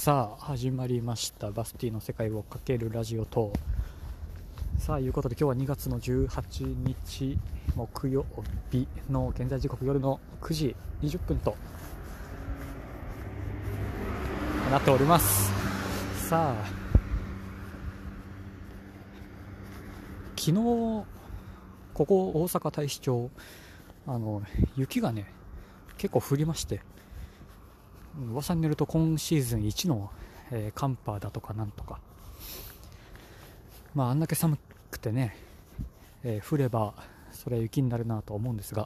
さあ始まりました。バスティの世界をかけるラジオと、さあいうことで今日は2月の18日木曜日の現在時刻夜の9時20分となっております。さあ昨日ここ大阪太子町雪がね結構降りまして、噂によると今シーズン一の、寒波だとかなんとか、あんだけ寒くてね、降ればそれは雪になるなと思うんですが、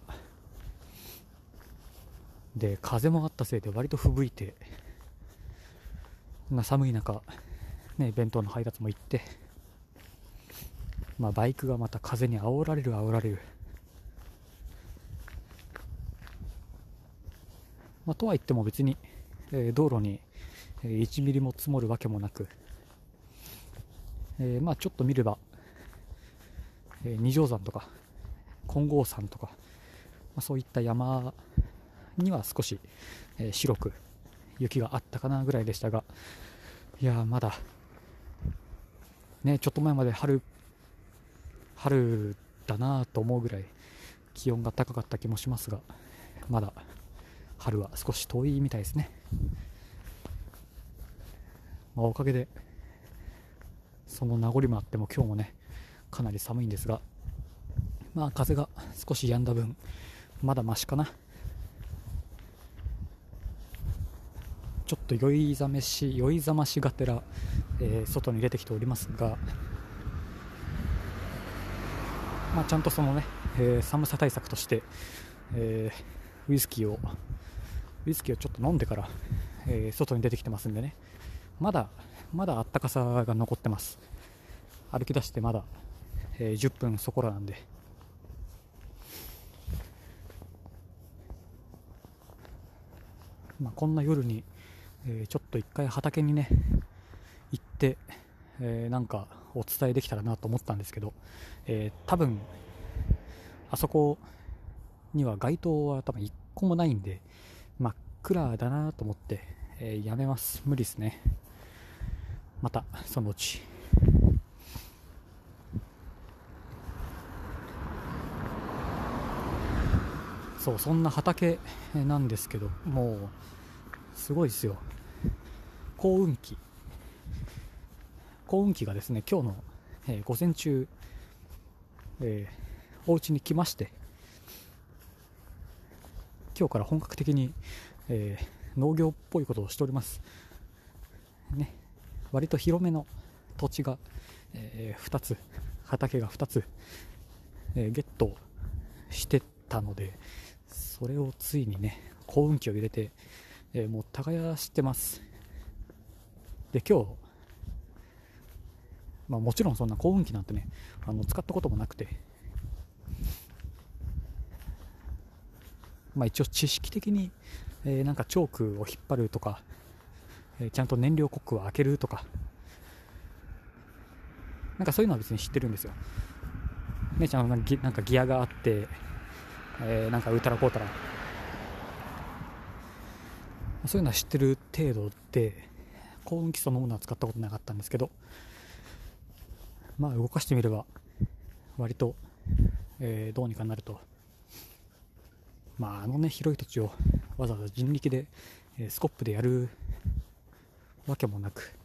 で風もあったせいで割と吹雪いて、寒い中、ね、弁当の配達も行って、バイクがまた風に煽られる、とは言っても別に、道路に1ミリも積もるわけもなく、ちょっと見れば、二条山とか金剛山とか、そういった山には少し、白く雪があったかなぐらいでしたが、いやまだね、ちょっと前まで春だなと思うぐらい気温が高かった気もしますが、まだ春は少し遠いみたいですね。おかげでその名残もあっても今日もねかなり寒いんですが、風が少し止んだ分まだマシかな。ちょっと酔いざましがてら、外に出てきておりますが、ちゃんとそのね、寒さ対策として、ウイスキーをちょっと飲んでから、外に出てきてますんでね、まだあったかさが残ってます。歩き出してまだ、10分そこらなんで、こんな夜に、ちょっと一回畑にね行って、なんかお伝えできたらなと思ったんですけど、多分あそこには街灯は多分一個もないんで真っ暗だなと思って、やめます。無理ですね。またそのうち。そんな畑なんですけど、もうすごいですよ。幸運期がですね今日の、午前中、お家に来まして、今日から本格的に、農業っぽいことをしておりますね。割と広めの土地が、2つ畑が2つ、ゲットしてたので、それをついにね幸運期を入れて、もう耕してます。で今日、もちろんそんな幸運期なんてね使ったこともなくて、一応知識的に、なんかチョークを引っ張るとか、ちゃんと燃料コックを開けるとか、なんかそういうのは別に知ってるんですよ。ちゃんとなんかギアがあって、なんかうたらこうたら、そういうのは知ってる程度で、幸運期そのものは使ったことなかったんですけど、動かしてみれば割と、どうにかなると。広い土地をわざわざ人力で、スコップでやるわけもなく、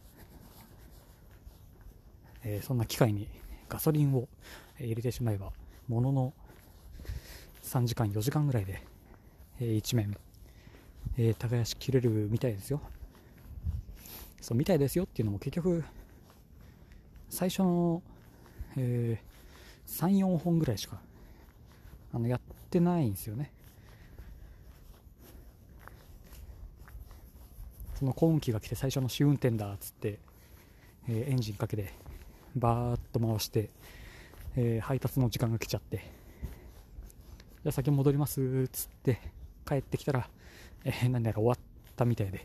そんな機械にガソリンを入れてしまえばものの3時間4時間ぐらいで、一面、耕しきれるみたいですよ。そうみたいですよっていうのも結局最初の、3、4本ぐらいしかやってないんですよね。その幸運期が来て最初の試運転だっつって、エンジンかけてバーッと回して、配達の時間が来ちゃって、じゃあ先戻りますっつって帰ってきたら、何やら終わったみたいで、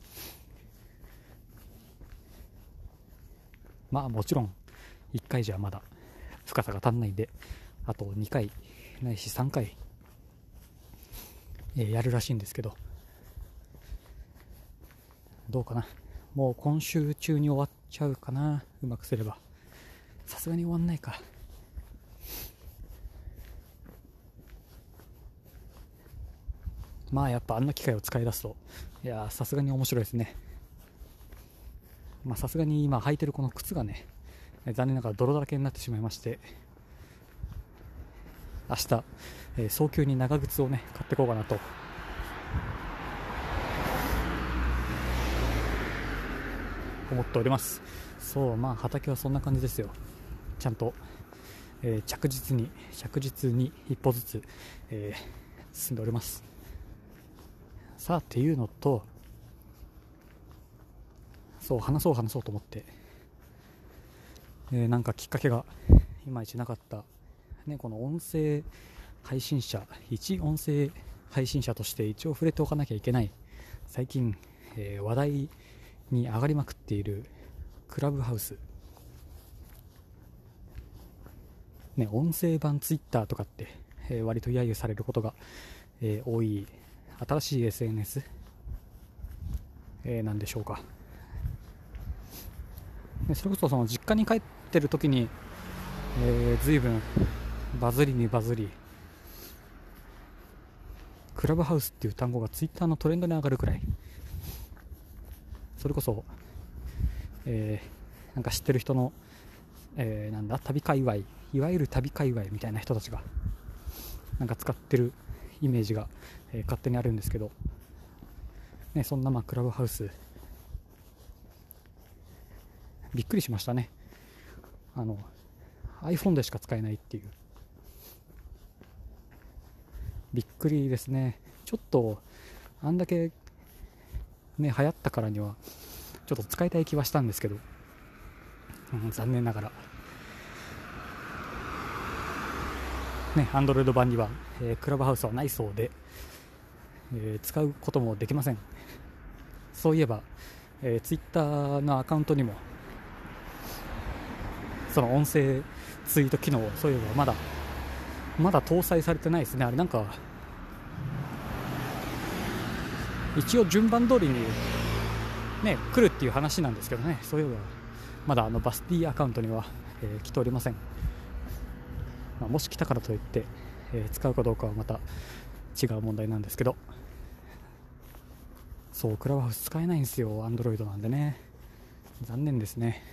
もちろん1回じゃまだ深さが足んないんで、あと2回ないし3回、やるらしいんですけど、どうかな。 もう今週中に終わっちゃうかな、うまくすれば。さすがに終わんないか。まあやっぱあんな機械を使い出すと、いやさすがに面白いですね。まあさすがに今履いてるこの靴がね、残念ながら泥だらけになってしまいまして、明日、早急に長靴をね買っていこうかなと思っております。そう、まあ畑はそんな感じですよ。ちゃんと、着実に一歩ずつ、進んでおります。さあっていうのと、そう話そうと思って、なんかきっかけがいまいちなかった、ね、この音声配信者、一音声配信者として一応触れておかなきゃいけない、最近、話題に上がりまくっているクラブハウス、ね、音声版ツイッターとかって、割と揶揄されることが、多い新しい SNS、なんでしょうか。それこそその実家に帰ってる時に、随分バズりにバズり、クラブハウスっていう単語がツイッターのトレンドに上がるくらい、それこそ、なんか知ってる人の、なんだ旅界隈、いわゆる旅界隈みたいな人たちがなんか使ってるイメージが、勝手にあるんですけど、ね、そんなまあクラブハウスびっくりしましたね。iPhone でしか使えないっていう、びっくりですね。ちょっとあんだけね流行ったからにはちょっと使いたい気はしたんですけど、残念ながらね、Android 版には、クラブハウスはないそうで、使うこともできません。そういえば、Twitter のアカウントにもその音声ツイート機能、そういえばまだ搭載されてないですね。あれなんか一応順番通りにね来るっていう話なんですけどね、そういえばまだバスティアカウントには、来ておりません。もし来たからといって、使うかどうかはまた違う問題なんですけど、そうクラブハウス使えないんですよ、Android なんでね。残念ですね。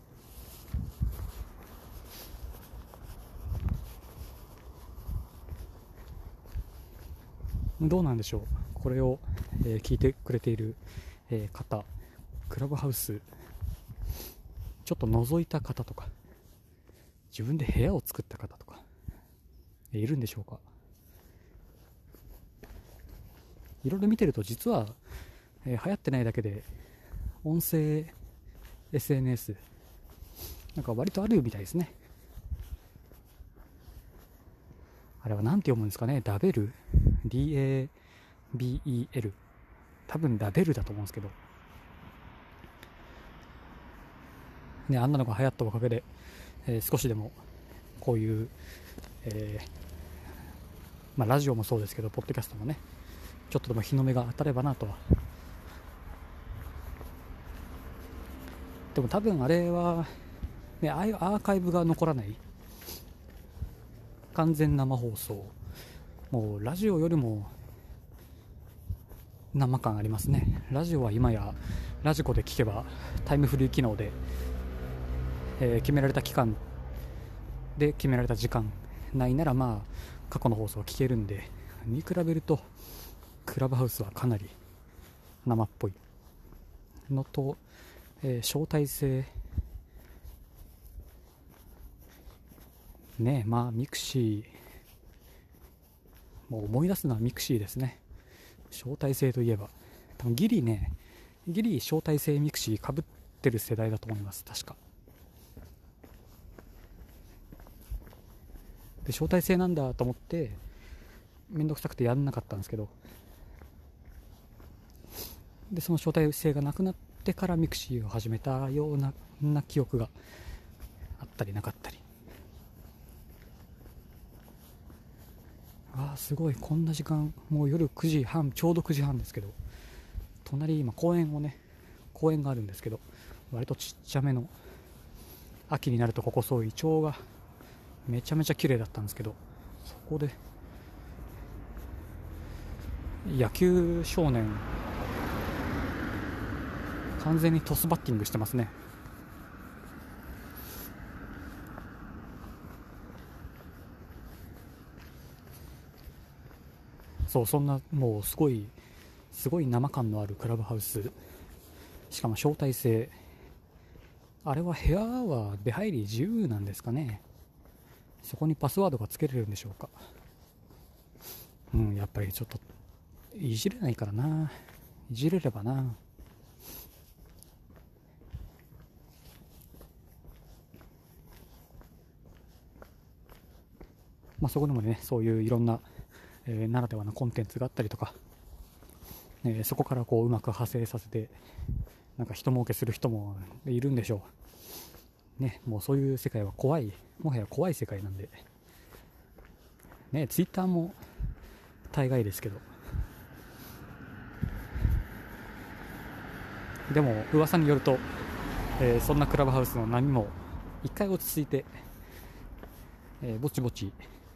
どうなんでしょう、これを、聞いてくれている、方、クラブハウスちょっと覗いた方とか、自分で部屋を作った方とか、いるんでしょうか。いろいろ見てると実は、流行ってないだけで音声 SNS なんか割とあるみたいですね。あれはなんて読むんですかね。ダベル DABEL、 多分ダベルだと思うんですけどね、あんなのが流行ったおかげで、少しでもこういう、ラジオもそうですけどポッドキャストもね、ちょっとでも日の目が当たればなとは。でも多分あれは、ね、アーカイブが残らない完全生放送、もうラジオよりも生感ありますね。ラジオは今やラジコで聞けばタイムフリー機能で、決められた期間で決められた時間内ならまあ過去の放送は聞けるんで、に比べるとクラブハウスはかなり生っぽいのと、招待制ね。まあミクシー、もう思い出すのはミクシーですね。招待制といえば多分ギリ招待制ミクシーかぶってる世代だと思います、確か。で招待制なんだと思ってめんどくさくてやんなかったんですけど、でその招待制がなくなってからミクシーを始めたような記憶があったりなかったり。すごい、こんな時間、もう夜9時半、ちょうど9時半ですけど、隣今公園をね公園があるんですけど、割とちっちゃめの、秋になるとここそうイチョウがめちゃめちゃ綺麗だったんですけど、そこで野球少年完全にトスバッティングしてますね。そう、そんなもうすごい生感のあるクラブハウス、しかも招待制、あれは部屋は出入り自由なんですかね。そこにパスワードがつけれるんでしょうか。やっぱりちょっといじれないからな。いじれればな。そこでもね、そういういろんな、ならではのコンテンツがあったりとか、そこからこううまく派生させてなんか人儲けする人もいるんでしょうね。もうそういう世界は怖い、もはや怖い世界なんでね。ツイッターも大概ですけど、でも噂によると、そんなクラブハウスの波も一回落ち着いて、ぼちぼち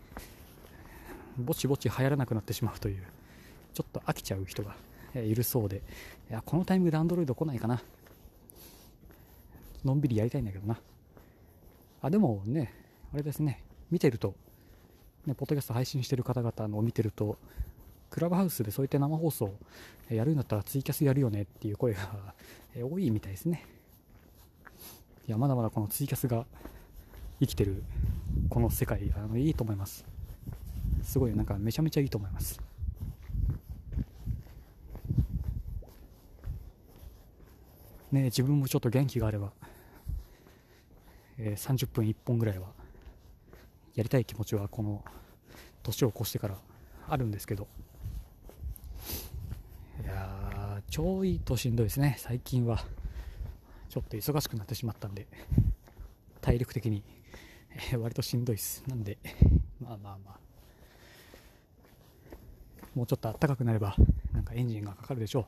流行らなくなってしまうという、ちょっと飽きちゃう人がいるそうで、いや、このタイミングでアンドロイド来ないかな。のんびりやりたいんだけどな。でもね、あれですね、見てると、ね、ポッドキャスト配信してる方々のを見てると、クラブハウスでそういった生放送やるんだったらツイキャスやるよねっていう声が多いみたいですね。いや、まだまだこのツイキャスが生きてるこの世界、いいと思います。すごい、なんかめちゃめちゃいいと思います。ね、自分もちょっと元気があれば、30分1本ぐらいはやりたい気持ちはこの年を越してからあるんですけど、いやー、ちょいとしんどいですね。最近はちょっと忙しくなってしまったんで、体力的に、割としんどいです。なんでもうちょっと暖かくなればなんかエンジンがかかるでしょう。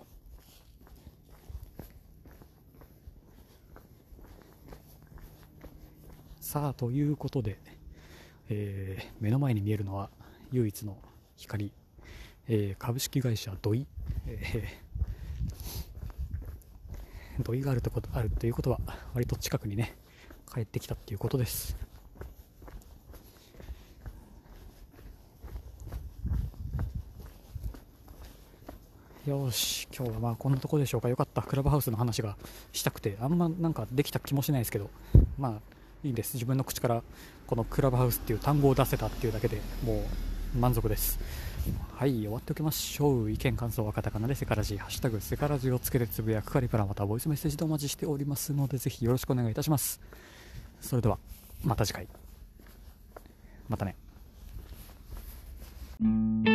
さあ、ということで、目の前に見えるのは唯一の光、株式会社土井、土井があるということは割と近くにね帰ってきたっていうことです。よし、今日はこんなとこでしょうか。よかった。クラブハウスの話がしたくてあんまなんかできた気もしないですけど、いいです。自分の口からこのクラブハウスっていう単語を出せたっていうだけでもう満足です。はい、終わっておきましょう。意見感想はカタカナでセカラジ、ハッシュタグセカラジをつけてつぶやくかリプラまたボイスメッセージでお待ちしておりますので、ぜひよろしくお願いいたします。それではまた次回、またね。